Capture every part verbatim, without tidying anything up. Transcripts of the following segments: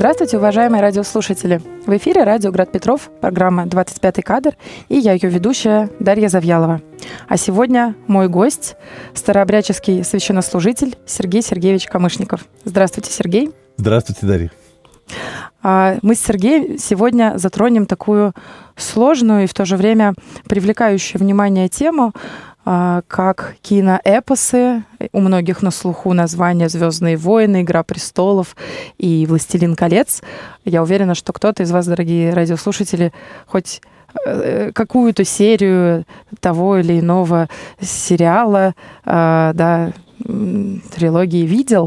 Здравствуйте, уважаемые радиослушатели! В эфире радио «Град Петров», программа «двадцать пятый кадр», и я ее ведущая Дарья Завьялова. А сегодня мой гость – старообрядческий священнослужитель Сергей Сергеевич Камышников. Здравствуйте, Сергей! Здравствуйте, Дарья! Мы с Сергеем сегодня затронем такую сложную и в то же время привлекающую внимание тему, как киноэпосы. У многих на слуху названия «Звездные войны», «Игра престолов» и «Властелин колец». Я уверена, что кто-то из вас, дорогие радиослушатели, хоть какую-то серию того или иного сериала, да, трилогии видел.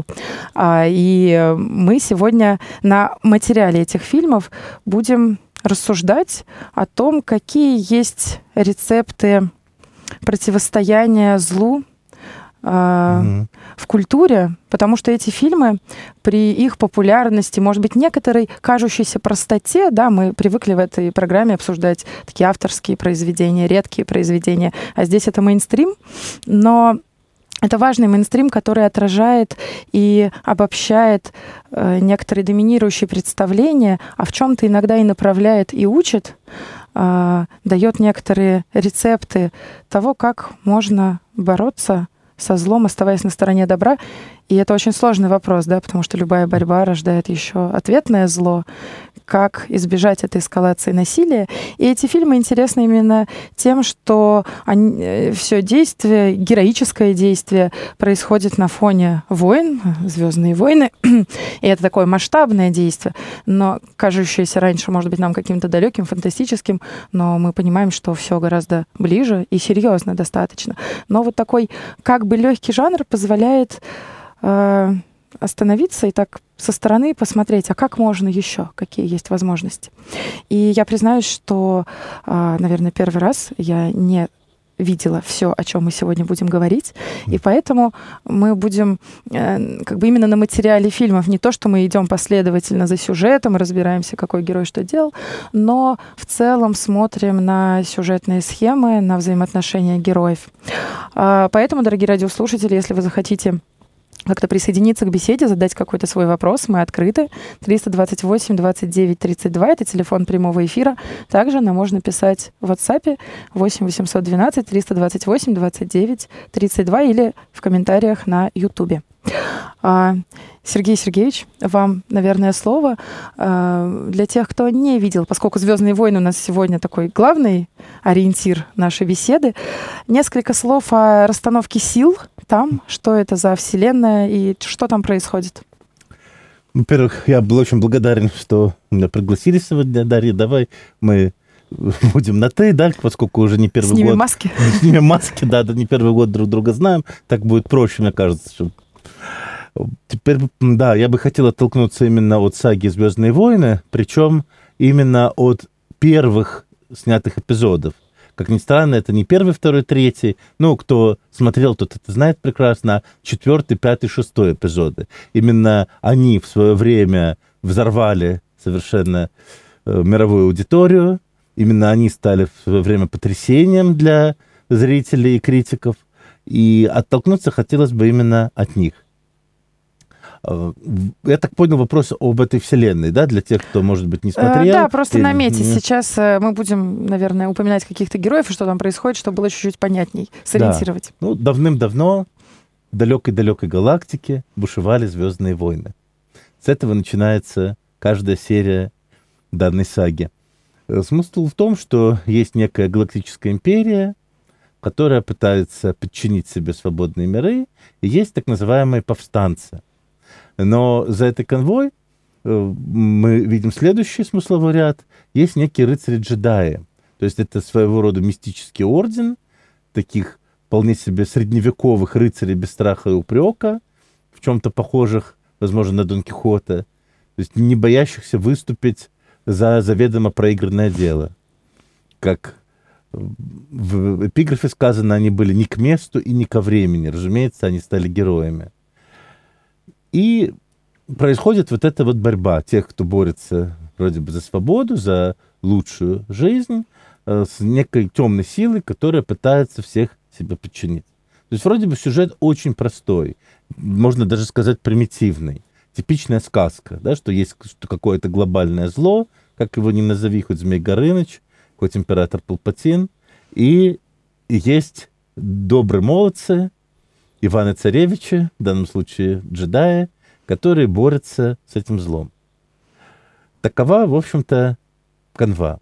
И мы сегодня на материале этих фильмов будем рассуждать о том, какие есть рецепты противостояния злу э, mm-hmm. в культуре, потому что эти фильмы при их популярности, может быть, некоторой кажущейся простоте, да, мы привыкли в этой программе обсуждать такие авторские произведения, редкие произведения, а здесь это мейнстрим, но это важный мейнстрим, который отражает и обобщает э, некоторые доминирующие представления, а в чем-то иногда и направляет, и учит, э, дает некоторые рецепты того, как можно бороться со злом, оставаясь на стороне добра. И это очень сложный вопрос, да, потому что любая борьба рождает еще ответное зло. Как избежать этой эскалации насилия. И эти фильмы интересны именно тем, что они, все действие, героическое действие происходит на фоне войн, «Звездные войны». И это такое масштабное действие, но кажущееся раньше, может быть, нам каким-то далеким, фантастическим, но мы понимаем, что все гораздо ближе и серьезно достаточно. Но вот такой как бы легкий жанр позволяет э, остановиться и так со стороны посмотреть, а как можно еще, какие есть возможности. И я признаюсь, что, наверное, первый раз я не видела все, о чем мы сегодня будем говорить, и поэтому мы будем как бы именно на материале фильмов, не то, что мы идем последовательно за сюжетом, разбираемся, какой герой что делал, но в целом смотрим на сюжетные схемы, на взаимоотношения героев. Поэтому, дорогие радиослушатели, если вы захотите как-то присоединиться к беседе, задать какой-то свой вопрос, мы открыты. триста двадцать восемь двадцать девять тридцать два, это телефон прямого эфира. Также нам можно писать в WhatsApp восемь восемьсот двенадцать триста двадцать восемь двадцать девять тридцать два или в комментариях на YouTube. Сергей Сергеевич, вам, наверное, слово для тех, кто не видел, поскольку «Звездные войны» у нас сегодня такой главный ориентир нашей беседы. Несколько слов о расстановке сил там, что это за вселенная и что там происходит. Во-первых, я был очень благодарен, что меня пригласили сегодня, Дарья. Давай мы будем на «ты», да, поскольку уже не первый год. Снимем маски. Снимем маски, да, да, не первый год друг друга знаем. Так будет проще, мне кажется, что... Теперь, да, я бы хотел оттолкнуться именно от саги «Звездные войны», причем именно от первых снятых эпизодов. Как ни странно, это не первый, второй, третий. Ну, кто смотрел, тот это знает прекрасно. Четвертый, пятый, шестой эпизоды. Именно они в свое время взорвали совершенно э, мировую аудиторию. Именно они стали в свое время потрясением для зрителей и критиков. И оттолкнуться хотелось бы именно от них. Я так понял, вопрос об этой вселенной, да, для тех, кто, может быть, не смотрел? Да, просто или... наметить. Сейчас мы будем, наверное, упоминать каких-то героев и что там происходит, чтобы было чуть-чуть понятней, сориентировать. Да. Ну, давным-давно в далекой-далекой галактике бушевали звездные войны. С этого начинается каждая серия данной саги. Смысл в том, что есть некая галактическая империя, которая пытается подчинить себе свободные миры, и есть так называемые повстанцы. Но за этой конвой мы видим следующий смысловой ряд. Есть некие рыцари-джедаи. То есть это своего рода мистический орден таких вполне себе средневековых рыцарей без страха и упрека, в чем-то похожих, возможно, на Дон Кихота, то есть не боящихся выступить за заведомо проигранное дело. Как в эпиграфе сказано, они были не к месту и не ко времени. Разумеется, они стали героями. И происходит вот эта вот борьба тех, кто борется вроде бы за свободу, за лучшую жизнь, с некой темной силой, которая пытается всех себе подчинить. То есть вроде бы сюжет очень простой, можно даже сказать примитивный. типичная сказка, да, что есть какое-то глобальное зло, как его ни назови, хоть Змей Горыныч, хоть император Палпатин, и есть добрые молодцы, Иваны-царевичи, в данном случае джедаи, которые борются с этим злом. Такова, в общем-то, канва.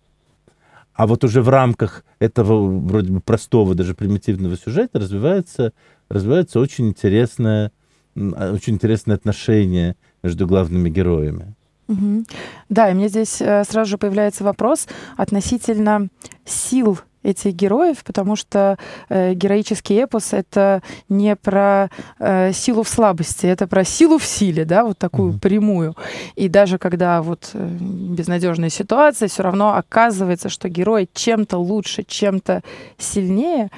А вот уже в рамках этого вроде бы простого, даже примитивного сюжета развивается, развивается очень интересное, очень интересное отношение между главными героями. Угу. Да, и мне здесь э, сразу же появляется вопрос относительно сил этих героев, потому что э, героический эпос — это не про э, силу в слабости, это про силу в силе, да, вот такую mm-hmm. прямую. И даже когда вот э, безнадежная ситуация, все равно оказывается, что герой чем-то лучше, чем-то сильнее.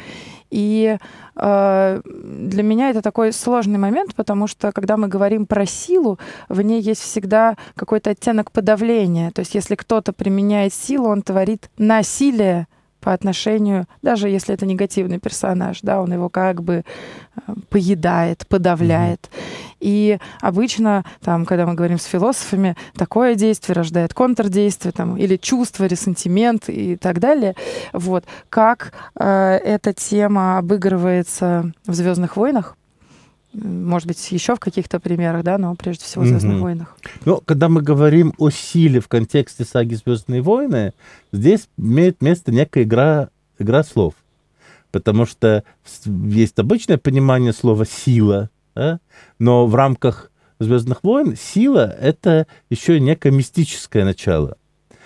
И э, для меня это такой сложный момент, потому что, когда мы говорим про силу, в ней есть всегда какой-то оттенок подавления. То есть если кто-то применяет силу, он творит насилие по отношению, даже если это негативный персонаж, да, он его как бы поедает, подавляет. Mm-hmm. И обычно, там, когда мы говорим с философами, такое действие рождает контрдействие, там, или чувство, ресентимент и так далее. Вот. Как э, эта тема обыгрывается в «Звездных войнах»? Может быть, еще в каких-то примерах, да, но прежде всего в «Звездных mm-hmm. войнах». Ну, когда мы говорим о силе в контексте саги «Звездные войны», здесь имеет место некая игра, игра слов. Потому что есть обычное понимание слова «сила», да? Но в рамках «Звездных войн» сила — это еще и некое мистическое начало.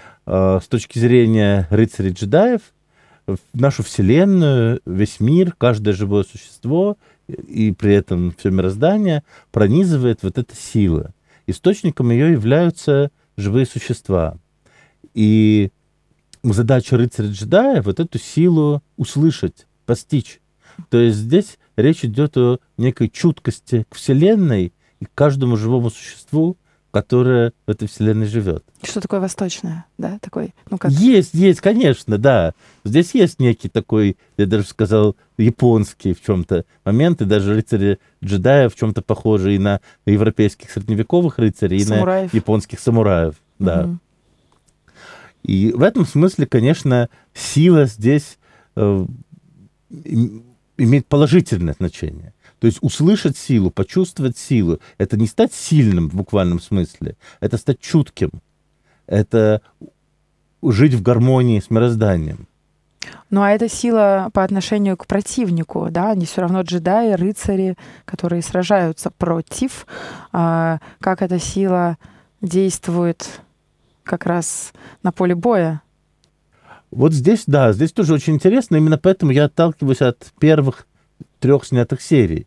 С точки зрения рыцарей-джедаев, нашу Вселенную, весь мир, каждое живое существо — и при этом все мироздание пронизывает вот эта сила. Источником ее являются живые существа. И задача рыцаря-джедая — вот эту силу услышать, постичь. То есть здесь речь идет о некой чуткости к Вселенной и к каждому живому существу, которое в этой Вселенной живет. Что такое восточное, да? Такой, ну как... Есть, есть, конечно, да. Здесь есть некий такой, я даже сказал, японский в чем-то момент, и даже рыцари-джедаи в чем-то похожи и на европейских средневековых рыцарей, самураев. И на японских самураев, да. Угу. И в этом смысле, конечно, сила здесь э, имеет положительное значение. То есть услышать силу, почувствовать силу — это не стать сильным в буквальном смысле, это стать чутким, это жить в гармонии с мирозданием. Ну а это сила по отношению к противнику, да, они все равно джедаи, рыцари, которые сражаются против. А как эта сила действует как раз на поле боя? Вот здесь, да, здесь тоже очень интересно, именно поэтому я отталкиваюсь от первых трех снятых серий.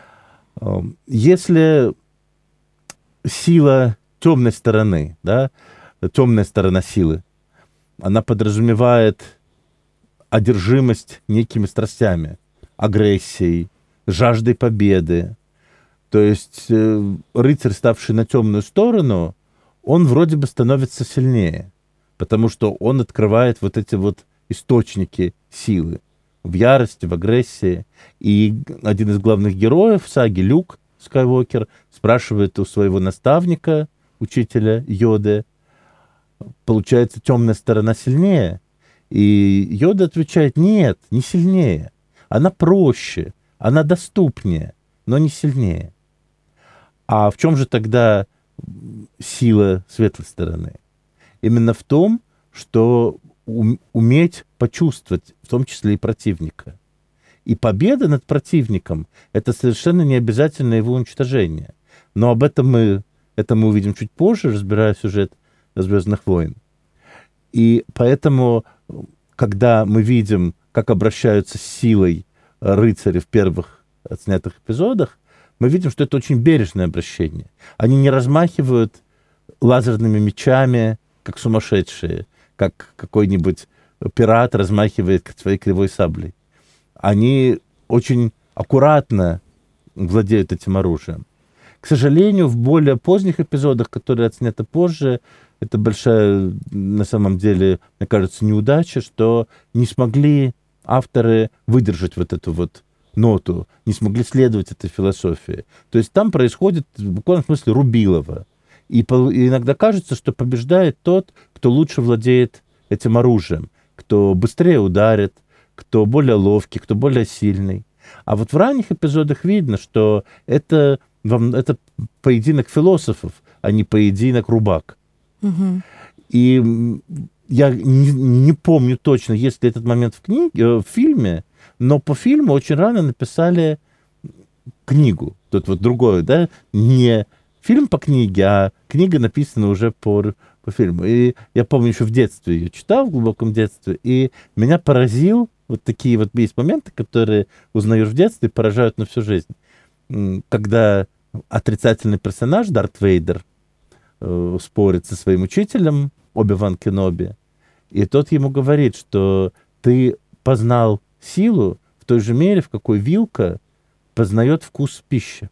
Если сила темной стороны, да, темная сторона силы, она подразумевает одержимость некими страстями, агрессией, жаждой победы. То есть э, рыцарь, ставший на темную сторону, он вроде бы становится сильнее, потому что он открывает вот эти вот источники силы в ярости, в агрессии. И один из главных героев саги, Люк Скайуокер, спрашивает у своего наставника, учителя Йоды, получается, темная сторона сильнее? И Йода отвечает: нет, не сильнее. Она проще, она доступнее, но не сильнее. А в чем же тогда сила светлой стороны? Именно в том, что уметь почувствовать, в том числе и противника. И победа над противником — это совершенно не обязательно его уничтожение. Но об этом мы, это мы увидим чуть позже, разбирая сюжет «Звездных войн». И поэтому, когда мы видим, как обращаются с силой рыцари в первых отснятых эпизодах, мы видим, что это очень бережное обращение. Они не размахивают лазерными мечами, как сумасшедшие, как какой-нибудь пират размахивает своей кривой саблей. Они очень аккуратно владеют этим оружием. К сожалению, в более поздних эпизодах, которые отсняты позже, это большая, на самом деле, мне кажется, неудача, что не смогли авторы выдержать вот эту вот ноту, не смогли следовать этой философии. То есть там происходит в буквальном смысле рубилово. И, по, и иногда кажется, что побеждает тот, кто лучше владеет этим оружием, кто быстрее ударит, кто более ловкий, кто более сильный. А вот в ранних эпизодах видно, что это, это поединок философов, а не поединок рубак. Угу. И я не, не помню точно, есть ли этот момент в, книге, в фильме, но по фильму очень рано написали книгу. Тут вот другое, да, не фильм по книге, а книга написана уже по, по фильму. И я помню, еще в детстве ее читал, в глубоком детстве, и меня поразил вот такие вот есть моменты, которые узнаешь в детстве и поражают на всю жизнь. Когда отрицательный персонаж Дарт Вейдер э, спорит со своим учителем Оби-Ван Кеноби, и тот ему говорит, что ты познал силу в той же мере, в какой вилка познает вкус пищи.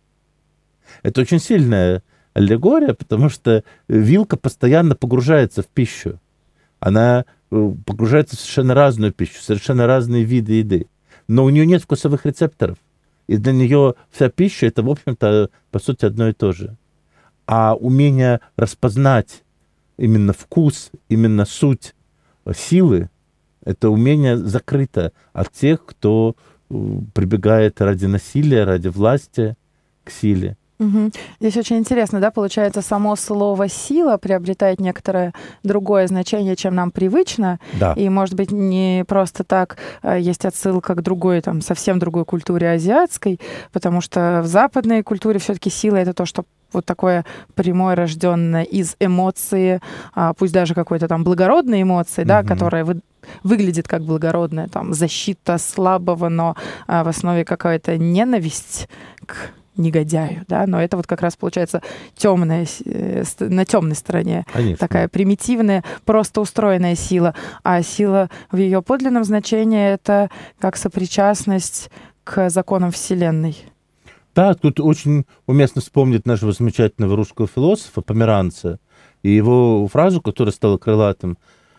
Это очень сильная аллегория, потому что вилка постоянно погружается в пищу. Она погружается в совершенно разную пищу, совершенно разные виды еды. Но у нее нет вкусовых рецепторов. И для нее вся пища — это, в общем-то, по сути, одно и то же. А умение распознать именно вкус, именно суть силы, это умение закрыто от тех, кто прибегает ради насилия, ради власти к силе. Угу. Здесь очень интересно, да, получается, само слово «сила» приобретает некоторое другое значение, чем нам привычно, да. И, может быть, не просто так есть отсылка к другой, там, совсем другой культуре азиатской, потому что в западной культуре все-таки сила — это то, что вот такое прямое, рожденное из эмоции, пусть даже какой-то там благородной эмоции, да, угу. которая вы, выглядит как благородная, там, защита слабого, но в основе какая-то ненависть к негодяю, да, но это вот как раз получается темная, на темной стороне. Конечно. Такая примитивная, просто устроенная сила. А сила в ее подлинном значении — это как сопричастность к законам Вселенной. Да, тут очень уместно вспомнить нашего замечательного русского философа Померанца и его фразу, которая стала крылатым.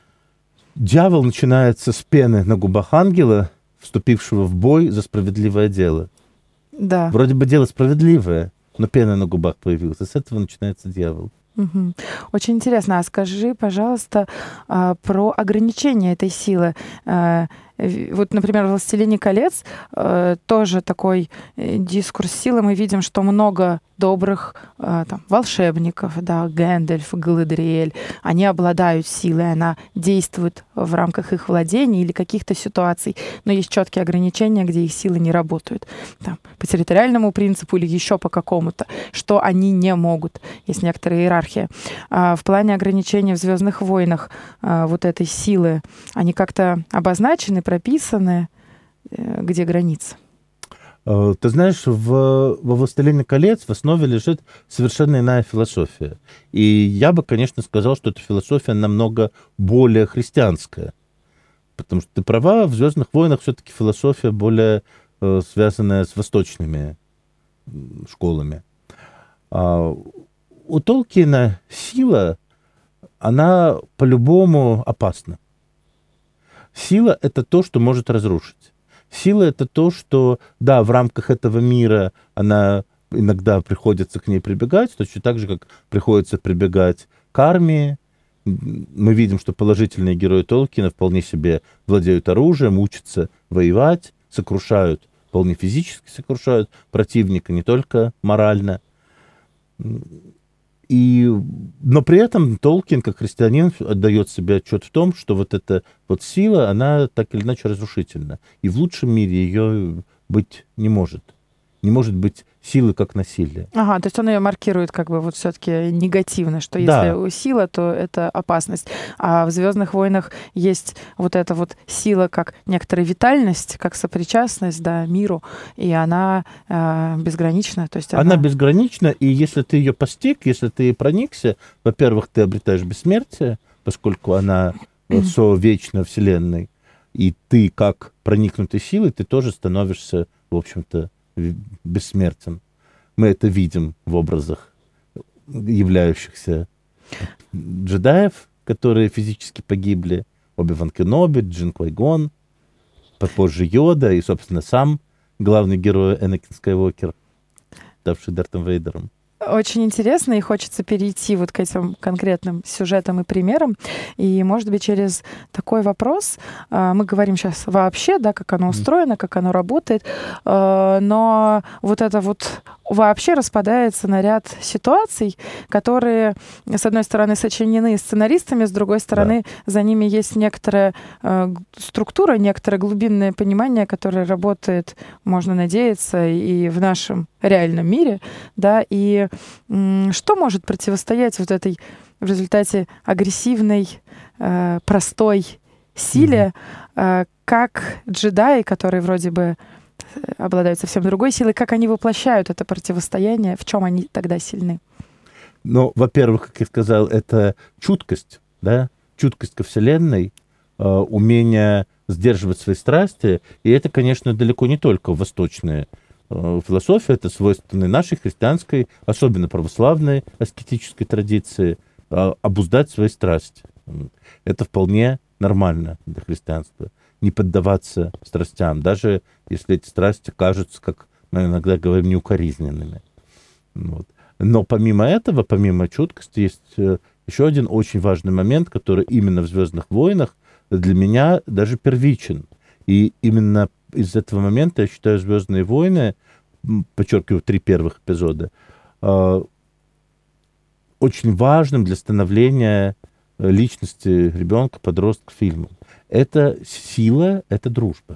«Дьявол начинается с пены на губах ангела, вступившего в бой за справедливое дело». Да. Вроде бы дело справедливое, но пена на губах появилась. И с этого начинается дьявол. Угу. Очень интересно. А скажи, пожалуйста, про ограничение этой силы. Вот, например, в «Властелине колец» тоже такой дискурс силы. Мы видим, что много добрых там, волшебников, да, Гэндальф, Галадриэль, они обладают силой, она действует в рамках их владений или каких-то ситуаций, но есть четкие ограничения, где их силы не работают. Там, по территориальному принципу или еще по какому-то, что они не могут. Есть некоторая иерархия. В плане ограничений в «Звездных войнах» вот этой силы, они как-то обозначены, прописаны, где граница? Ты знаешь, в, во «Властелине колец» в основе лежит совершенно иная философия. И я бы, конечно, сказал, что эта философия намного более христианская. Потому что ты права, в «Звездных войнах» все-таки философия более э, связанная с восточными школами. А у Толкиена сила, она по-любому опасна. Сила — это то, что может разрушить. Сила — это то, что, да, в рамках этого мира она иногда приходится к ней прибегать, точно так же, как приходится прибегать к армии. Мы видим, что положительные герои Толкиена вполне себе владеют оружием, учатся воевать, сокрушают, вполне физически сокрушают противника, не только морально. И, но при этом Толкин, как христианин, отдает себе отчет в том, что вот эта вот сила, она так или иначе разрушительна. И в лучшем мире ее быть не может. Не может быть силы как насилие. Ага, то есть он ее маркирует как бы вот все-таки негативно, что да. если сила, то это опасность. А в «Звездных войнах» есть вот эта вот сила как некоторая витальность, как сопричастность, да, миру, и она э, безгранична. То есть она... она безгранична, и если ты ее постиг, если ты проникся, во-первых, ты обретаешь бессмертие, поскольку она совечна Вселенной, и ты как проникнутый силой, ты тоже становишься, в общем-то, бессмертен. Мы это видим в образах являющихся джедаев, которые физически погибли, Оби-Ван Кеноби, Джин Квай-Гон, позже Йода и, собственно, сам главный герой Энакин Скайуокер, ставший Дартом Вейдером. Очень интересно, и хочется перейти вот к этим конкретным сюжетам и примерам. И, может быть, через такой вопрос мы говорим сейчас вообще, да, как оно устроено, как оно работает, но вот это вот вообще распадается на ряд ситуаций, которые, с одной стороны, сочинены сценаристами, с другой стороны, да. за ними есть некоторая структура, некоторое глубинное понимание, которое работает, можно надеяться, и в нашем реальном мире, да, и что может противостоять вот этой в результате агрессивной, э, простой силе, mm-hmm. э, как джедаи, которые вроде бы обладают совсем другой силой, как они воплощают это противостояние, в чем они тогда сильны? Ну, во-первых, как я сказал, это чуткость, да, чуткость ко Вселенной, э, умение сдерживать свои страсти, и это, конечно, далеко не только восточные философия, это свойственно нашей христианской, особенно православной аскетической традиции, обуздать свои страсти. Это вполне нормально для христианства. Не поддаваться страстям, даже если эти страсти кажутся, как мы иногда говорим, неукоризненными. Вот. Но помимо этого, помимо чуткости, есть еще один очень важный момент, который именно в «Звездных войнах» для меня даже первичен. И именно из этого момента я считаю «Звездные войны», подчеркиваю, три первых эпизода, очень важным для становления личности ребенка, подростка фильма. Это сила, это дружба.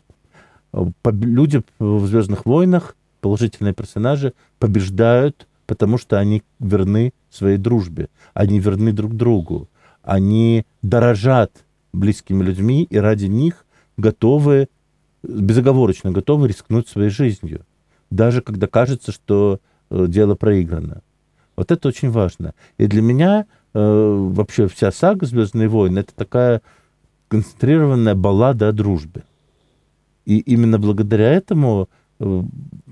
Люди в «Звездных войнах», положительные персонажи, побеждают, потому что они верны своей дружбе, они верны друг другу, они дорожат близкими людьми и ради них готовы, безоговорочно готовы рискнуть своей жизнью, даже когда кажется, что э, дело проиграно. Вот это очень важно. И для меня э, вообще вся сага «Звездные войны» — это такая концентрированная баллада о дружбе. И именно благодаря этому э,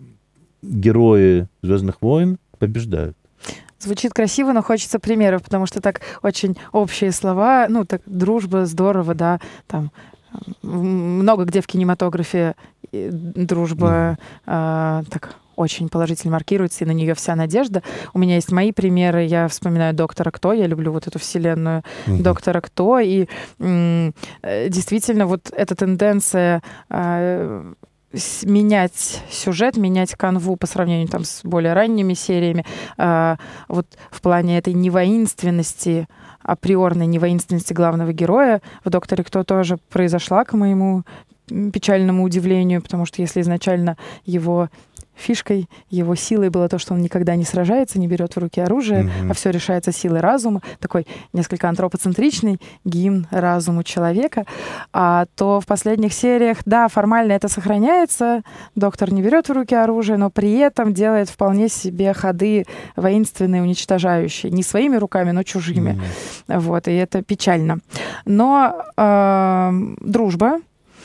герои «Звездных войн» побеждают. Звучит красиво, но хочется примеров, потому что так очень общие слова, ну, так дружба, здорово, да, там много где в кинематографе дружба mm. э, так очень положительно маркируется, и на нее вся надежда. У меня есть мои примеры. Я вспоминаю «Доктора Кто». Я люблю вот эту вселенную mm-hmm. «Доктора Кто». И э, действительно вот эта тенденция э, менять сюжет, менять канву по сравнению там с более ранними сериями, э, вот в плане этой невоинственности, априорной невоинственности главного героя в «Докторе Кто» тоже произошла, к моему печальному удивлению, потому что если изначально его фишкой, его силой было то, что он никогда не сражается, не берет в руки оружие, mm-hmm. а все решается силой разума, такой несколько антропоцентричный гимн разуму человека, а то в последних сериях, да, формально это сохраняется, доктор не берет в руки оружие, но при этом делает вполне себе ходы воинственные, уничтожающие, не своими руками, но чужими. Mm-hmm. Вот, и это печально. Но э, дружба,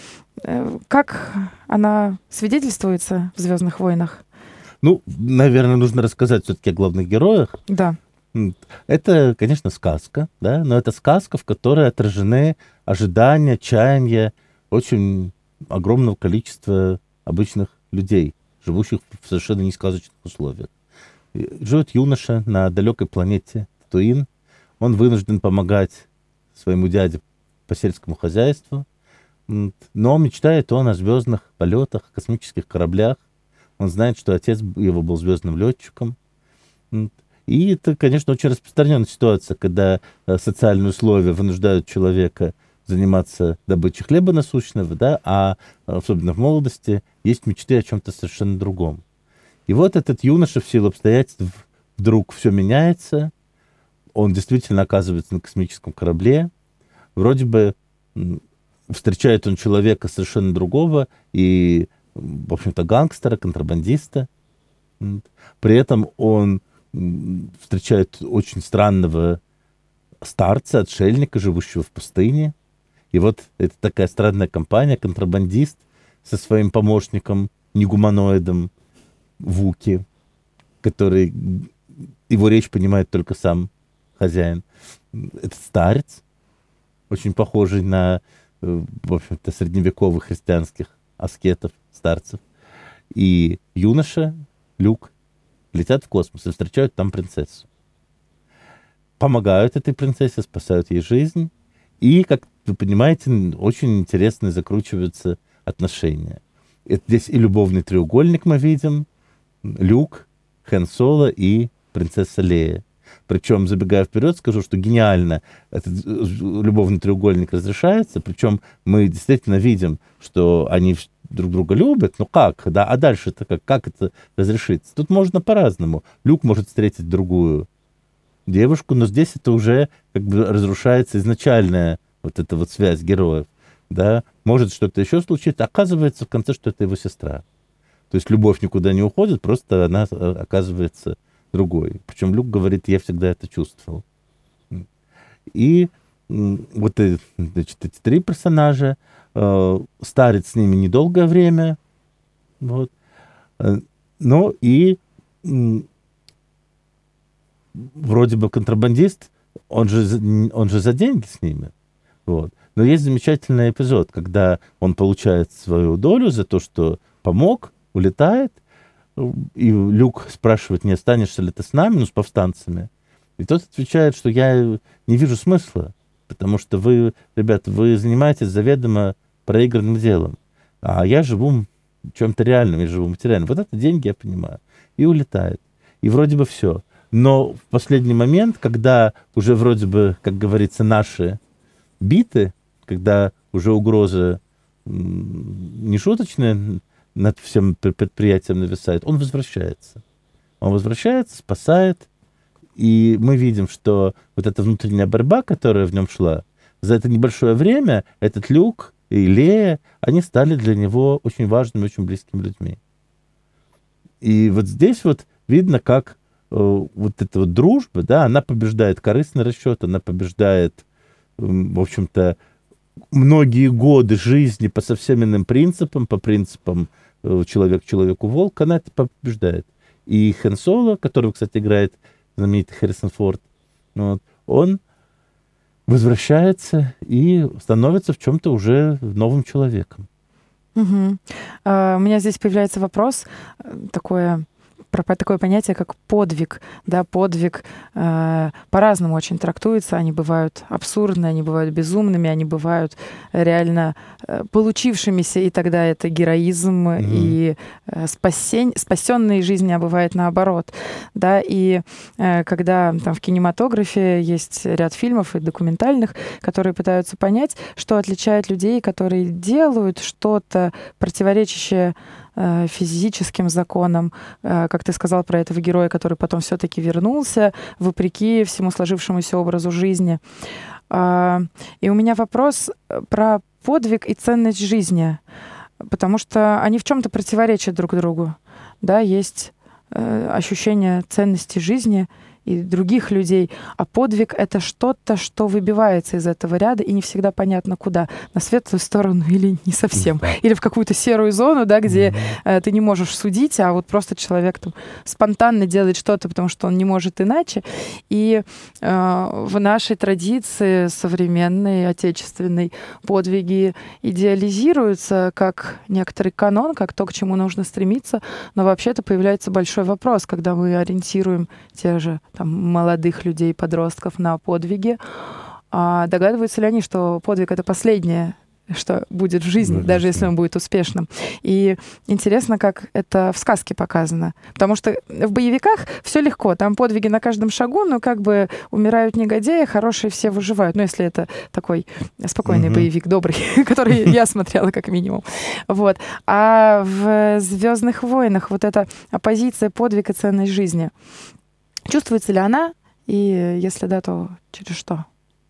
как она свидетельствуется в «Звездных войнах»? Ну, наверное, нужно рассказать все-таки о главных героях. Да. Это, конечно, сказка, да, но это сказка, в которой отражены ожидания, чаяния очень огромного количества обычных людей, живущих в совершенно несказочных условиях. Живет юноша на далекой планете Татуин. Он вынужден помогать своему дяде по сельскому хозяйству. Но мечтает он о звездных полетах, космических кораблях. Он знает, что отец его был звездным летчиком. И это, конечно, очень распространенная ситуация, когда социальные условия вынуждают человека заниматься добычей хлеба насущного, да, а особенно в молодости есть мечты о чем-то совершенно другом. И вот этот юноша в силу обстоятельств вдруг все меняется. Он действительно оказывается на космическом корабле. Вроде бы встречает он человека совершенно другого и, в общем-то, гангстера, контрабандиста. При этом он встречает очень странного старца, отшельника, живущего в пустыне. И вот это такая странная компания, контрабандист со своим помощником, негуманоидом Вуки, который его речь понимает только сам хозяин. Это старец, очень похожий на, в общем-то, средневековых христианских аскетов, старцев. и юноша, Люк, летят в космос и встречают там принцессу. Помогают этой принцессе, спасают ей жизнь. И, как вы понимаете, очень интересно закручиваются отношения. Это здесь и любовный треугольник мы видим. Люк, Хэн Соло и принцесса Лея. Причем, забегая вперед, скажу, что гениально этот любовный треугольник разрешается. Причем мы действительно видим, что они друг друга любят. Ну как? Да? А дальше-то как? Как это разрешится? Тут можно по-разному. Люк может встретить другую девушку, но здесь это уже как бы разрушается изначальная вот эта вот связь героев. Да? Может что-то еще случится. Оказывается в конце, что это его сестра. То есть любовь никуда не уходит, просто она оказывается другой. Причем Люк говорит, я всегда это чувствовал. И вот значит, эти три персонажа. Старец с ними недолгое время. Вот. Но и вроде бы контрабандист, он же, он же за деньги с ними. Вот. Но есть замечательный эпизод, когда он получает свою долю за то, что помог, улетает, и Люк спрашивает, не останешься ли ты с нами, ну, с повстанцами. И тот отвечает, что я не вижу смысла, потому что вы, ребята, вы занимаетесь заведомо проигранным делом, а я живу чем-то реальным, я живу материальным. Вот это деньги, я понимаю. И улетает. И вроде бы все. Но в последний момент, когда уже вроде бы, как говорится, наши биты, когда уже угроза нешуточная над всем предприятием нависает, он возвращается. Он возвращается, спасает, и мы видим, что вот эта внутренняя борьба, которая в нем шла, за это небольшое время этот Люк и Лея, они стали для него очень важными, очень близкими людьми. И вот здесь вот видно, как э, вот эта вот дружба, да, она побеждает корыстный расчет, она побеждает, э, в общем-то, многие годы жизни по совсем иным принципам, по принципам э, человек человеку волк, она это побеждает. И Хэн Соло, которого, кстати, играет знаменитый Харрисон Форд, вот, он возвращается и становится в чем-то уже новым человеком. Угу. А, у меня здесь появляется вопрос, такое, про такое понятие, как подвиг. Да, подвиг э, по-разному очень трактуется. Они бывают абсурдны, они бывают безумными, они бывают реально э, получившимися, и тогда это героизм mm-hmm. и э, спасень, спасенные жизни, а бывает наоборот. Да, и э, когда там в кинематографе есть ряд фильмов и документальных, которые пытаются понять, что отличает людей, которые делают что-то противоречащее физическим законам, как ты сказал про этого героя, который потом все-таки вернулся, вопреки всему сложившемуся образу жизни. И у меня вопрос про подвиг и ценность жизни, потому что они в чем-то противоречат друг другу. Да, есть ощущение ценности жизни и других людей, а подвиг — это что-то, что выбивается из этого ряда, и не всегда понятно, куда. На светлую сторону или не совсем. Или в какую-то серую зону, да, где mm-hmm. э, ты не можешь судить, а вот просто человек там спонтанно делает что-то, потому что он не может иначе. И э, в нашей традиции современной, отечественной, подвиги идеализируются как некоторый канон, как то, к чему нужно стремиться, но вообще-то появляется большой вопрос, когда мы ориентируем те же там, молодых людей, подростков на подвиги. А догадываются ли они, что подвиг — это последнее, что будет в жизни, Конечно. Даже если он будет успешным? И интересно, как это в сказке показано. Потому что в боевиках все легко. Там подвиги на каждом шагу, но как бы умирают негодяи, хорошие все выживают. Ну, если это такой спокойный mm-hmm. боевик, добрый, который я смотрела как минимум. Вот. А в «Звездных войнах» вот эта оппозиция подвиг и ценность жизни — чувствуется ли она? И если да, то через что?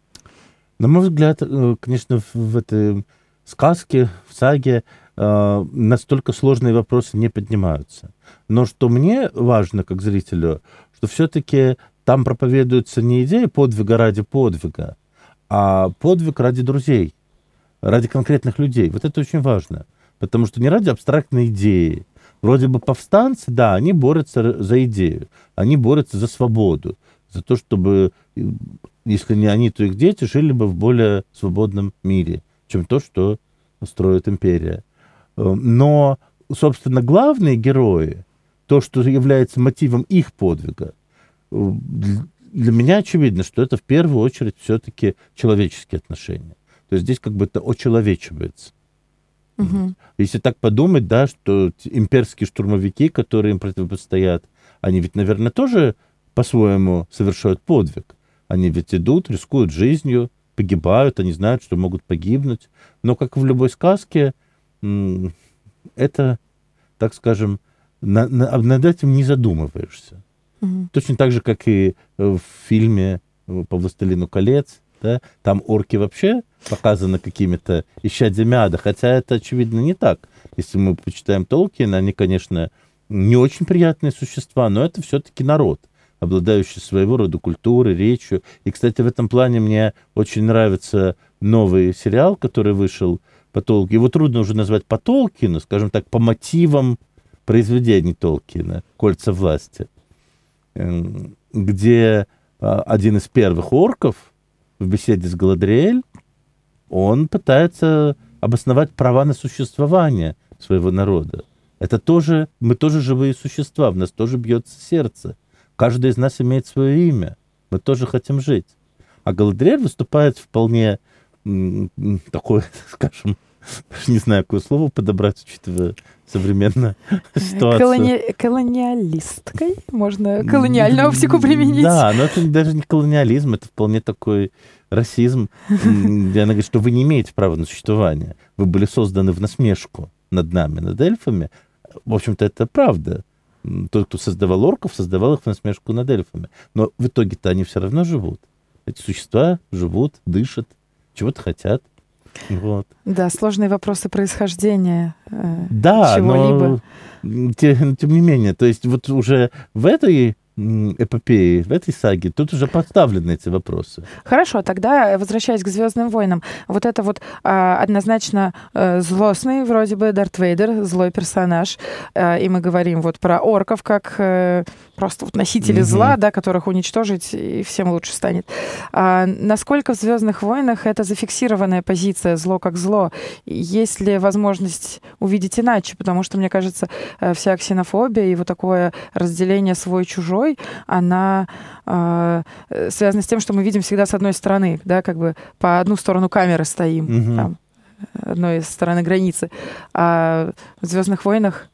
На мой взгляд, конечно, в этой сказке, в саге настолько сложные вопросы не поднимаются. Но что мне важно, как зрителю, что все-таки там проповедуется не идея подвига ради подвига, а подвиг ради друзей, ради конкретных людей. Вот это очень важно. Потому что не ради абстрактной идеи. Вроде бы повстанцы, да, они борются за идею, они борются за свободу, за то, чтобы, если не они, то их дети жили бы в более свободном мире, чем то, что строит империя. Но собственно, главные герои, то, что является мотивом их подвига, для меня очевидно, что это в первую очередь все-таки человеческие отношения. То есть здесь как бы это очеловечивается. Угу. Если так подумать, да, что имперские штурмовики, которые им противостоят, они ведь, наверное, тоже по-своему совершают подвиг. Они ведь идут, рискуют жизнью, погибают, они знают, что могут погибнуть. Но, как в любой сказке, это, так скажем, на, на, над этим не задумываешься. Угу. Точно так же, как и в фильме по «Властелину колец», да, там орки вообще показаны какими-то исчадьями ада, хотя это, очевидно, не так. Если мы почитаем Толкиена, они, конечно, не очень приятные существа, но это все-таки народ, обладающий своего рода культурой, речью. И, кстати, в этом плане мне очень нравится новый сериал, который вышел по Толкину. Его трудно уже назвать по Толкину, скажем так, по мотивам произведений Толкина «Кольца власти», где один из первых орков в беседе с Галадриэль, он пытается обосновать права на существование своего народа. Это тоже, мы тоже живые существа, в нас тоже бьется сердце. Каждый из нас имеет свое имя. Мы тоже хотим жить. А Галадриэль выступает вполне м, такой, скажем, не знаю, какое слово подобрать, учитывая современную ситуацию. Колони... Колониалисткой? Можно колониальную оптику применить? Да, но это даже не колониализм, это вполне такой расизм, где она говорит, что вы не имеете права на существование. Вы были созданы в насмешку над нами, над эльфами. В общем-то, это правда. Тот, кто создавал орков, создавал их в насмешку над эльфами. Но в итоге-то они все равно живут. Эти существа живут, дышат, чего-то хотят. Вот. Да, сложные вопросы происхождения э, да, чего-либо. Но, тем, тем не менее, то есть вот уже в этой эпопеи, в этой саге, тут уже поставлены эти вопросы. Хорошо, тогда, возвращаясь к «Звездным войнам», вот это вот а, однозначно а, злостный, вроде бы, Дарт Вейдер, злой персонаж, а, и мы говорим вот про орков как а, просто вот носители mm-hmm. зла, да, которых уничтожить, и всем лучше станет. А, насколько в «Звездных войнах» это зафиксированная позиция «зло как зло»? Есть ли возможность увидеть иначе? Потому что, мне кажется, вся ксенофобия и вот такое разделение свой-чужой, она э, связана с тем, что мы видим всегда с одной стороны, да, как бы по одну сторону камеры стоим, mm-hmm. там, одной стороны границы. А в «Звездных войнах»...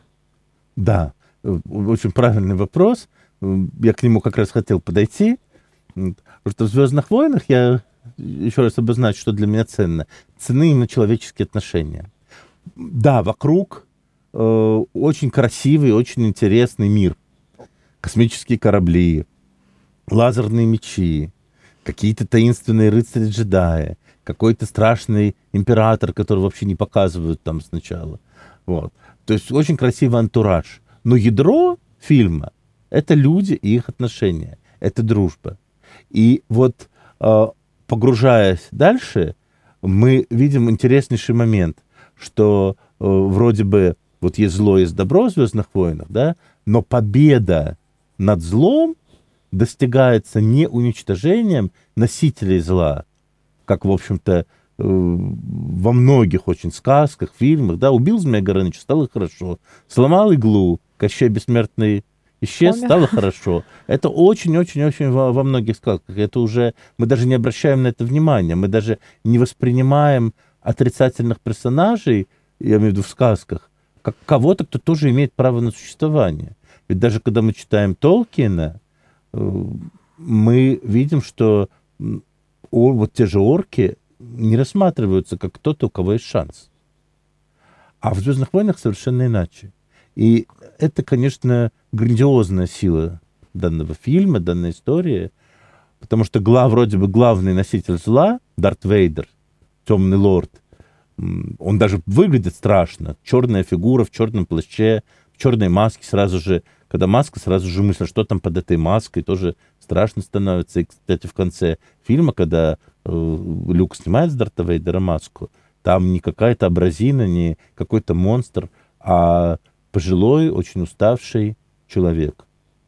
Да, очень правильный вопрос. Я к нему как раз хотел подойти. Потому что в «Звездных войнах» я еще раз обозначу, что для меня ценно. Ценны именно человеческие отношения. Да, вокруг э, очень красивый, очень интересный мир. Космические корабли, лазерные мечи, какие-то таинственные рыцари-джедаи, какой-то страшный император, который вообще не показывают там сначала. Вот. То есть очень красивый антураж. Но ядро фильма — это люди и их отношения, это дружба. И вот, погружаясь дальше, мы видим интереснейший момент, что вроде бы вот есть зло, есть добро в «Звездных войнах», да, но победа над злом достигается не уничтожением носителей зла, как, в общем-то, во многих очень сказках, фильмах, да, убил Змея Горыныча, стало хорошо, сломал иглу, Кощей Бессмертный исчез, стало хорошо. Это очень-очень-очень во, во многих сказках. Это уже, мы даже не обращаем на это внимания, мы даже не воспринимаем отрицательных персонажей, я имею в виду в сказках, как кого-то, кто тоже имеет право на существование. Ведь даже когда мы читаем Толкиена, мы видим, что вот те же орки не рассматриваются как кто-то, у кого есть шанс. А в «Звездных войнах» совершенно иначе. И это, конечно, грандиозная сила данного фильма, данной истории, потому что глав, вроде бы главный носитель зла, Дарт Вейдер, темный лорд, он даже выглядит страшно. Черная фигура в черном плаще, в черной маске сразу же. Когда маска, сразу же мысль, что там под этой маской, тоже страшно становится. И, кстати, в конце фильма, когда э, Люк снимает с Дарта Вейдера маску, там не какая-то абразина, не какой-то монстр, а пожилой, очень уставший человек.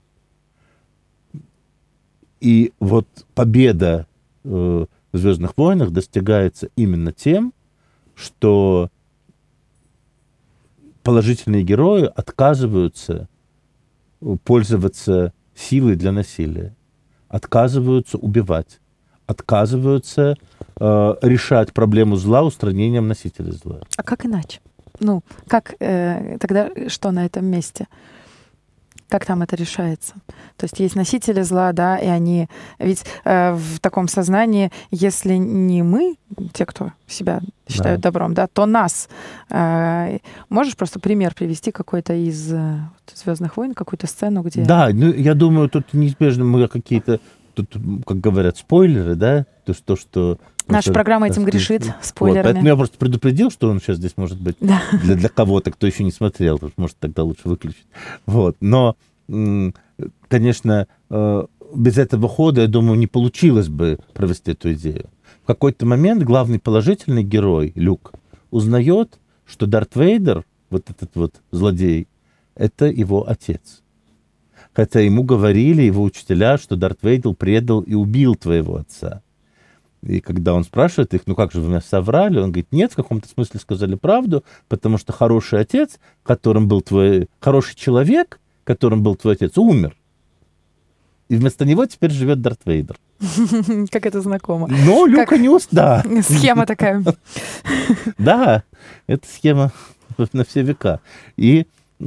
И вот победа э, в «Звездных войнах» достигается именно тем, что положительные герои отказываются пользоваться силой для насилия, отказываются убивать, отказываются э, решать проблему зла устранением носителя зла. А как иначе? Ну, как э, тогда что на этом месте? Как там это решается? То есть есть носители зла, да, и они... Ведь э, в таком сознании, если не мы, те, кто себя считают да. добром, да, то нас. Э, можешь просто пример привести какой-то из э, «Звездных войн», какую-то сцену, где... Да, ну, я думаю, тут неизбежно мы какие-то, тут, как говорят, спойлеры, да? То, что... что Наша что, программа этим что, грешит, спойлерами. Вот, поэтому я просто предупредил, что он сейчас здесь может быть да. для, для кого-то, кто еще не смотрел, может, тогда лучше выключить. Вот. Но, конечно, без этого хода, я думаю, не получилось бы провести эту идею. В какой-то момент главный положительный герой, Люк, узнает, что Дарт Вейдер, вот этот вот злодей, это его отец. Хотя ему говорили его учителя, что Дарт Вейдер предал и убил твоего отца. И когда он спрашивает их, ну как же вы меня соврали, он говорит, нет, в каком-то смысле сказали правду, потому что хороший отец, которым был твой, хороший человек, которым был твой отец, умер. И вместо него теперь живет Дарт Вейдер. Как это знакомо. Но Люка не уст... Да. Схема такая. Да, это схема на все века. И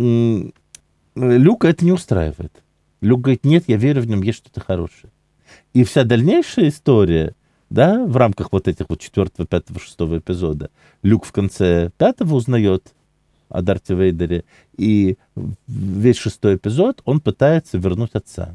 Люка это не устраивает. Люк говорит, нет, я верю в нем, есть что-то хорошее. И вся дальнейшая история... Да, в рамках вот этих вот четвертого, пятого, шестого эпизода Люк в конце пятого узнает о Дарте Вейдере, и весь шестой эпизод он пытается вернуть отца.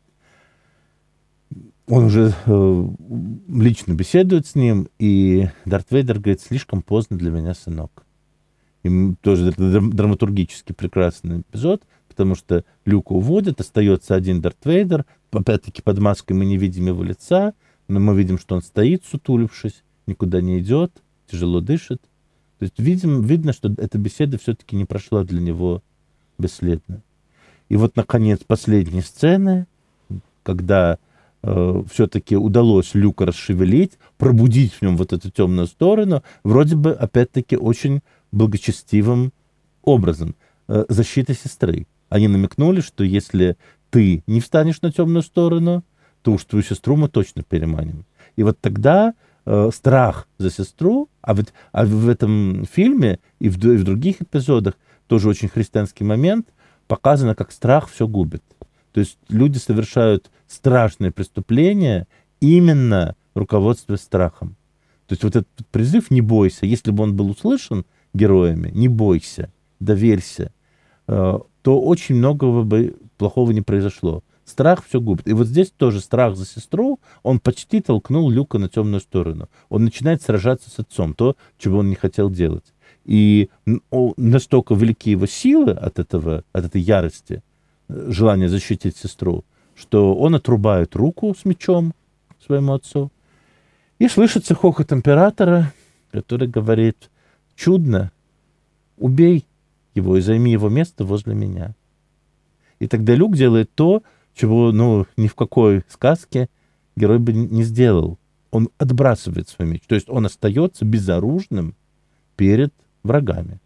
Он уже э, лично беседует с ним, и Дарт Вейдер говорит, слишком поздно для меня, сынок. И тоже драматургически прекрасный эпизод, потому что Люка уводят, остается один Дарт Вейдер, опять-таки под маской мы не видим его лица, но мы видим, что он стоит, сутулившись, никуда не идет, тяжело дышит. То есть видим, видно, что эта беседа все-таки не прошла для него бесследно. И вот, наконец, последние сцены, когда э, все-таки удалось Люка расшевелить, пробудить в нем вот эту темную сторону, вроде бы, опять-таки, очень благочестивым образом. Э, защита сестры. Они намекнули, что если ты не встанешь на темную сторону, то уж твою сестру мы точно переманим. И вот тогда э, страх за сестру, а, вот, а в этом фильме и в, и в других эпизодах тоже очень христианский момент, показано, как страх все губит. То есть люди совершают страшные преступления именно руководствуясь страхом. То есть вот этот призыв «не бойся», если бы он был услышан героями, «не бойся, доверься», э, то очень многого бы плохого не произошло. Страх все губит. И вот здесь тоже страх за сестру, он почти толкнул Люка на темную сторону. Он начинает сражаться с отцом, то, чего он не хотел делать. И настолько велики его силы от этого, от этой ярости, желания защитить сестру, что он отрубает руку с мечом своему отцу. И слышится хохот императора, который говорит, чудно, убей его и займи его место возле меня. И тогда Люк делает то, чего, ну, ни в какой сказке герой бы не сделал. Он отбрасывает свой меч. То есть он остается безоружным перед врагами.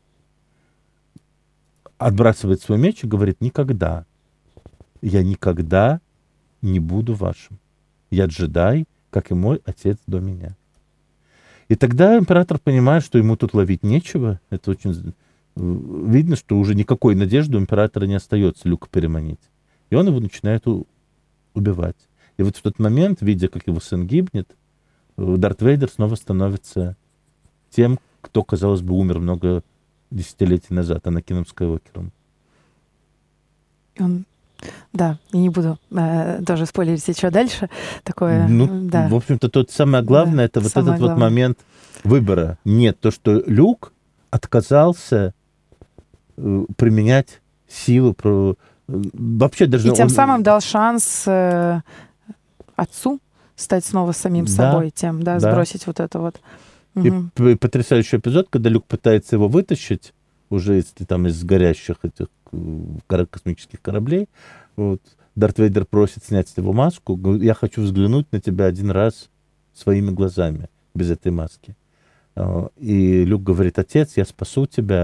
Отбрасывает свой меч и говорит, никогда, я никогда не буду вашим. Я джедай, как и мой отец до меня. И тогда император понимает, что ему тут ловить нечего. Это очень видно, что уже никакой надежды у императора не остается Люка переманить. И он его начинает у- убивать. И вот в тот момент, видя, как его сын гибнет, Дарт Вейдер снова становится тем, кто, казалось бы, умер много десятилетий назад, Анакином Скайуокером. Он... Да, я не буду э, тоже спойлерить еще дальше. Такое, ну, да. В общем-то, тут самое главное, да, это вот этот главное. Вот момент выбора. Нет, то, что Люк отказался э, применять силу, про, э, вообще даже... И тем он... самым дал шанс э, отцу стать снова самим да, собой, тем, да, да. сбросить вот это вот. И угу. потрясающий эпизод, когда Люк пытается его вытащить уже из, там, из горящих этих космических кораблей. Вот. Дарт Вейдер просит снять с него маску. Говорит, я хочу взглянуть на тебя один раз своими глазами, без этой маски. И Люк говорит, отец, я спасу тебя,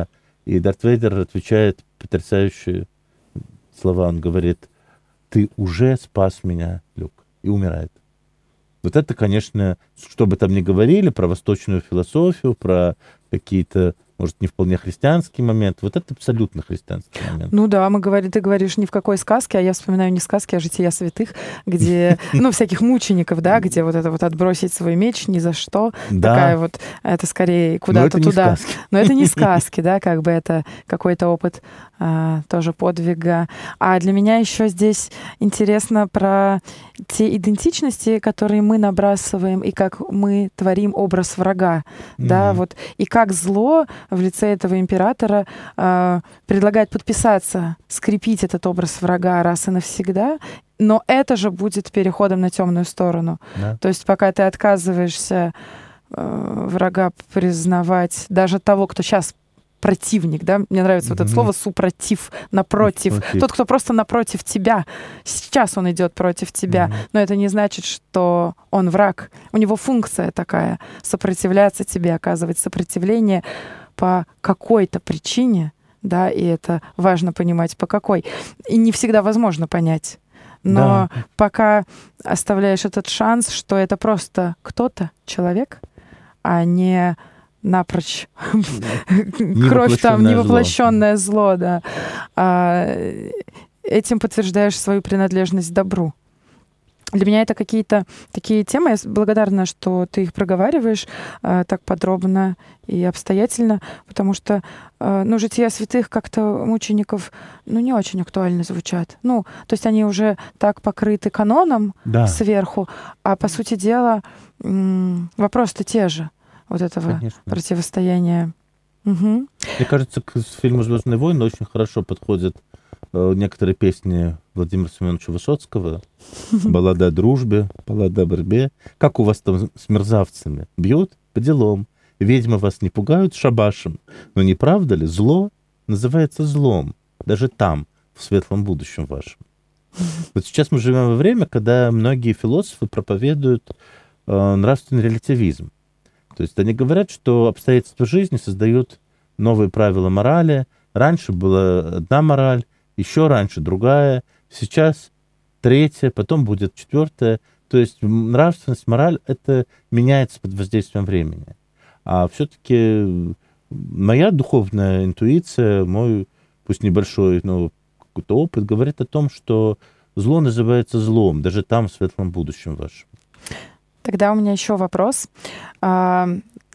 И Дарт Вейдер отвечает потрясающие слова. Он говорит: «Ты уже спас меня, Люк», и умирает. Вот это, конечно, что бы там ни говорили про восточную философию, про какие-то, может, не вполне христианский момент, вот это абсолютно христианский момент. Ну да, мы говорим, ты говоришь ни в какой сказке, а я вспоминаю не сказки, а жития святых, где, ну, всяких мучеников, да, где вот это вот отбросить свой меч ни за что, Да. такая вот, это скорее куда-то туда. Но это не сказки, да, как бы это какой-то опыт а, тоже подвига. А для меня еще здесь интересно про те идентичности, которые мы набрасываем, и как мы творим образ врага, mm-hmm. да, вот, и как зло в лице этого императора э, предлагает подписаться, скрепить этот образ врага раз и навсегда, но это же будет переходом на темную сторону. Да. То есть пока ты отказываешься э, врага признавать, даже того, кто сейчас противник, да, мне нравится mm-hmm. вот это слово супротив, напротив. Против. Тот, кто просто напротив тебя. Сейчас он идет против тебя, mm-hmm. но это не значит, что он враг. У него функция такая — сопротивляться тебе, оказывать сопротивление по какой-то причине, да, и это важно понимать, по какой. И не всегда возможно понять. Но да. пока оставляешь этот шанс, что это просто кто-то, человек, а не напрочь кровь там, невоплощенное зло, да. А, этим подтверждаешь свою принадлежность к добру. Для меня это какие-то такие темы. Я благодарна, что ты их проговариваешь а, так подробно и обстоятельно, потому что, а, ну, жития святых как-то мучеников, ну, не очень актуально звучат. Ну, то есть они уже так покрыты каноном да. сверху, а по сути дела м- вопросы-то те же. Вот этого Конечно. Противостояния. Угу. Мне кажется, к фильму «Звездные войны» очень хорошо подходят э, некоторые песни Владимира Семеновича Высоцкого. «Баллада о дружбе», «Баллада о борьбе». Как у вас там с мерзавцами? Бьют по делам. Ведьмы вас не пугают шабашем. Но не правда ли, зло называется злом. Даже там, в светлом будущем вашем. Вот сейчас мы живем во время, когда многие философы проповедуют э, нравственный релятивизм. То есть они говорят, что обстоятельства жизни создают новые правила морали. Раньше была одна мораль, еще раньше другая, сейчас третья, потом будет четвертая. То есть нравственность, мораль — это меняется под воздействием времени. А все-таки моя духовная интуиция, мой, пусть небольшой, но какой-то опыт, говорит о том, что зло называется злом, даже там, в светлом будущем вашем. Тогда у меня еще вопрос. А,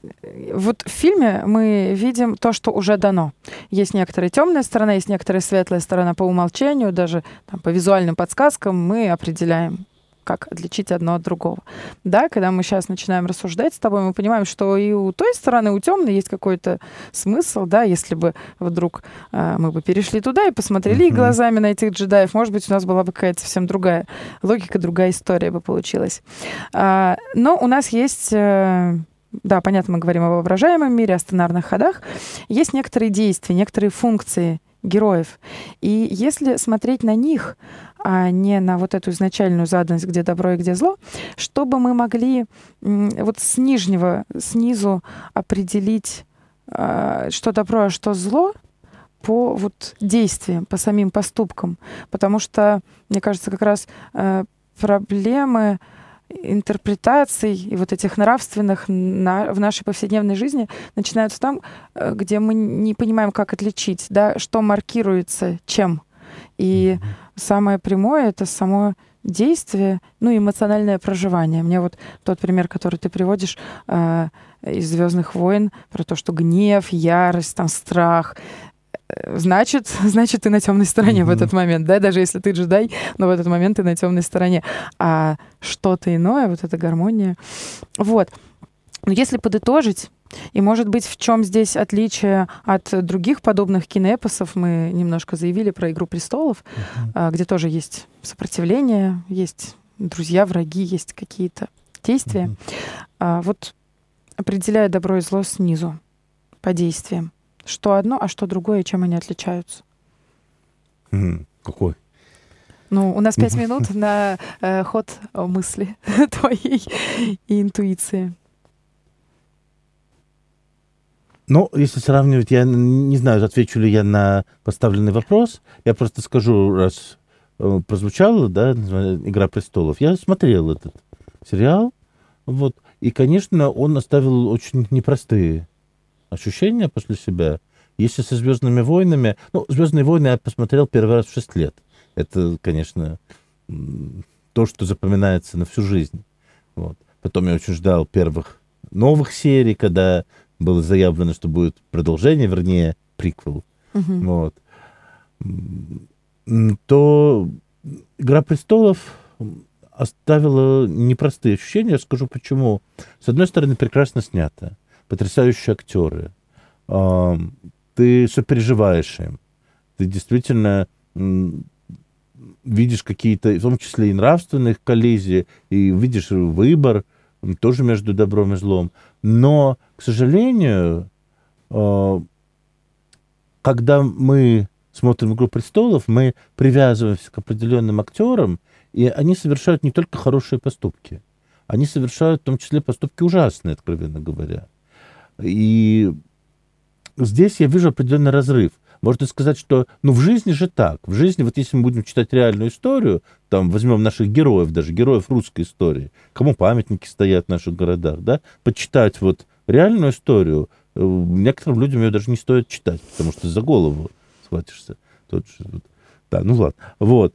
вот в фильме мы видим то, что уже дано. Есть некоторая темная сторона, есть некоторая светлая сторона по умолчанию, даже там, по визуальным подсказкам мы определяем, как отличить одно от другого. Да, когда мы сейчас начинаем рассуждать с тобой, мы понимаем, что и у той стороны, у темной есть какой-то смысл, да, если бы вдруг э, мы бы перешли туда и посмотрели mm-hmm. глазами на этих джедаев, может быть, у нас была бы какая-то совсем другая логика, другая история бы получилась. А, но у нас есть... Э, да, понятно, мы говорим о воображаемом мире, о сценарных ходах. Есть некоторые действия, некоторые функции героев. И если смотреть на них, а не на вот эту изначальную заданность, где добро и где зло, чтобы мы могли вот с нижнего, снизу определить, что добро, а что зло, по вот действиям, по самим поступкам. Потому что, мне кажется, как раз проблемы интерпретаций и вот этих нравственных на, в нашей повседневной жизни начинаются там, где мы не понимаем, как отличить, да, что маркируется чем. И mm-hmm. самое прямое — это само действие, ну, эмоциональное проживание. Мне вот тот пример, который ты приводишь э, из «Звездных войн», про то, что гнев, ярость, там, страх, Значит, значит, ты на темной стороне mm-hmm. в этот момент, да, даже если ты джедай, но в этот момент ты на темной стороне. А что-то иное, вот эта гармония. Вот. Но если подытожить, и, может быть, в чем здесь отличие от других подобных киноэпосов, мы немножко заявили про «Игру престолов», mm-hmm. где тоже есть сопротивление, есть друзья, враги, есть какие-то действия. Mm-hmm. А вот определяя добро и зло снизу, по действиям. Что одно, а что другое, и чем они отличаются? Mm, какой? Ну, у нас пять минут на э, ход мысли твоей и интуиции. Ну, если сравнивать, я не знаю, отвечу ли я на поставленный вопрос. Я просто скажу, раз э, прозвучало, да, «Игра престолов». Я смотрел этот сериал, вот, и, конечно, он оставил очень непростые ощущения после себя. Если со «Звездными войнами». Ну, «Звездные войны» я посмотрел первый раз в шесть лет. Это, конечно, то, что запоминается на всю жизнь. Вот. Потом я очень ждал первых новых серий, когда было заявлено, что будет продолжение, вернее, приквел. Uh-huh. Вот. То «Игра престолов» оставила непростые ощущения. Я скажу, почему. С одной стороны, прекрасно снято. Потрясающие актеры. Ты сопереживаешь им. Ты действительно видишь какие-то, в том числе и нравственных коллизий, и видишь выбор тоже между добром и злом. Но, к сожалению, когда мы смотрим «Игру престолов», мы привязываемся к определенным актерам, и они совершают не только хорошие поступки. Они совершают в том числе поступки ужасные, откровенно говоря. И здесь я вижу определенный разрыв. Можно сказать, что, ну, в жизни же так. В жизни, вот если мы будем читать реальную историю, там, возьмем наших героев, даже героев русской истории, кому памятники стоят в наших городах, да, почитать вот реальную историю, некоторым людям ее даже не стоит читать, потому что за голову схватишься. Тот же, вот. Да, ну ладно. Вот.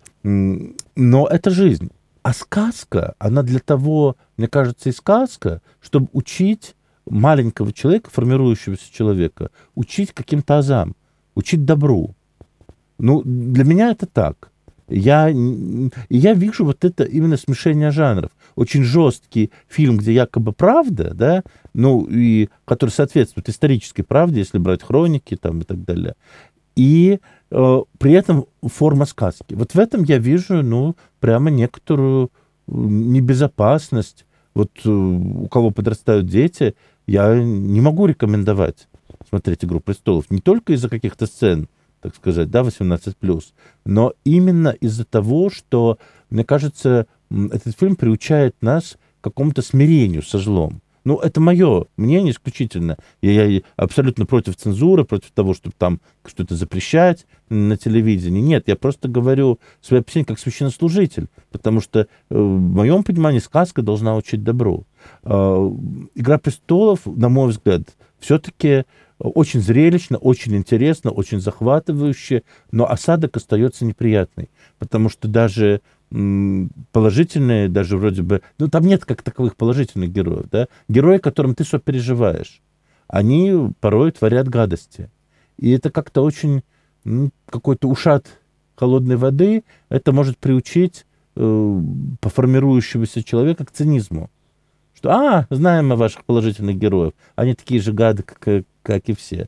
Но это жизнь. А сказка, она для того, мне кажется, и сказка, чтобы учить маленького человека, формирующегося человека, учить каким-то азам, учить добру. Ну, для меня это так. Я, и я вижу вот это именно смешение жанров. Очень жесткий фильм, где якобы правда, да, ну, и который соответствует исторической правде, если брать хроники там, и так далее. И э, при этом форма сказки. Вот в этом я вижу, ну, прямо некоторую небезопасность. Вот э, у кого подрастают дети, я не могу рекомендовать смотреть «Игру престолов». Не только из-за каких-то сцен, так сказать, да, восемнадцать плюс, но именно из-за того, что, мне кажется, этот фильм приучает нас к какому-то смирению со злом. Ну, это мое мнение исключительно. Я, я абсолютно против цензуры, против того, чтобы там что-то запрещать на телевидении. Нет, я просто говорю свое описание как священнослужитель, потому что э, в моем понимании сказка должна учить добру. Э, «Игра престолов», на мой взгляд, все-таки очень зрелищно, очень интересно, очень захватывающе, но осадок остается неприятный, потому что даже положительные, даже вроде бы... Ну, там нет как таковых положительных героев, да? Герои, которым ты сопереживаешь, они порой творят гадости. И это как-то очень... Ну, какой-то ушат холодной воды, это может приучить э, формирующегося человека к цинизму. Что, а, знаем мы ваших положительных героев, они такие же гады, как, как и все.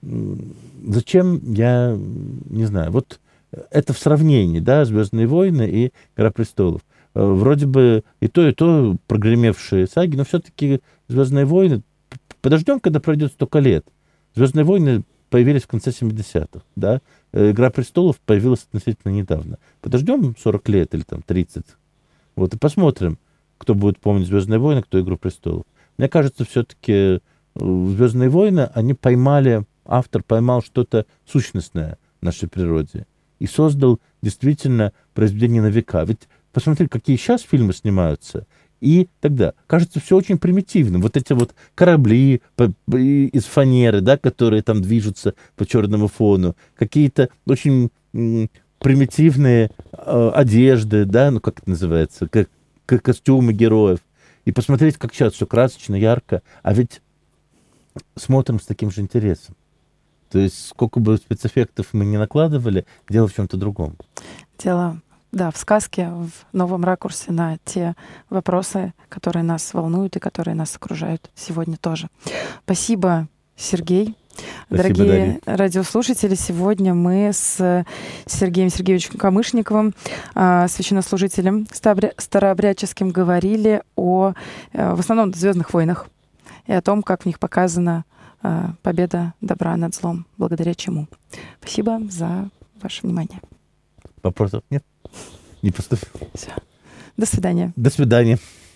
Зачем, я не знаю. Вот это в сравнении, да, «Звездные войны» и «Игра престолов». Вроде бы и то, и то прогремевшие саги, но все-таки «Звездные войны», подождем, когда пройдет столько лет. «Звездные войны» появились в конце семидесятых, да, «Игра престолов» появилась относительно недавно. Подождем сорок лет или там тридцать, вот, и посмотрим, кто будет помнить «Звездные войны», кто «Игру престолов». Мне кажется, все-таки «Звездные войны», они поймали, автор поймал что-то сущностное в нашей природе и создал действительно произведение на века. Ведь посмотри, какие сейчас фильмы снимаются, и тогда кажется все очень примитивным. Вот эти вот корабли из фанеры, да, которые там движутся по черному фону, какие-то очень примитивные э, одежды, да, ну как это называется, как, как костюмы героев. И посмотреть, как сейчас все красочно, ярко, а ведь смотрим с таким же интересом. То есть сколько бы спецэффектов мы не накладывали, дело в чем-то другом. Дело, да, в сказке, в новом ракурсе на те вопросы, которые нас волнуют и которые нас окружают сегодня тоже. Спасибо, Сергей. Спасибо, Дорогие Дарья. радиослушатели, сегодня мы с Сергеем Сергеевичем Камышниковым, священнослужителем старообрядческим, говорили о, в основном, «Звездных войнах» и о том, как в них показана победа добра над злом, благодаря чему. Спасибо за ваше внимание. Вопросов нет? Не поступил. Все. До свидания. До свидания.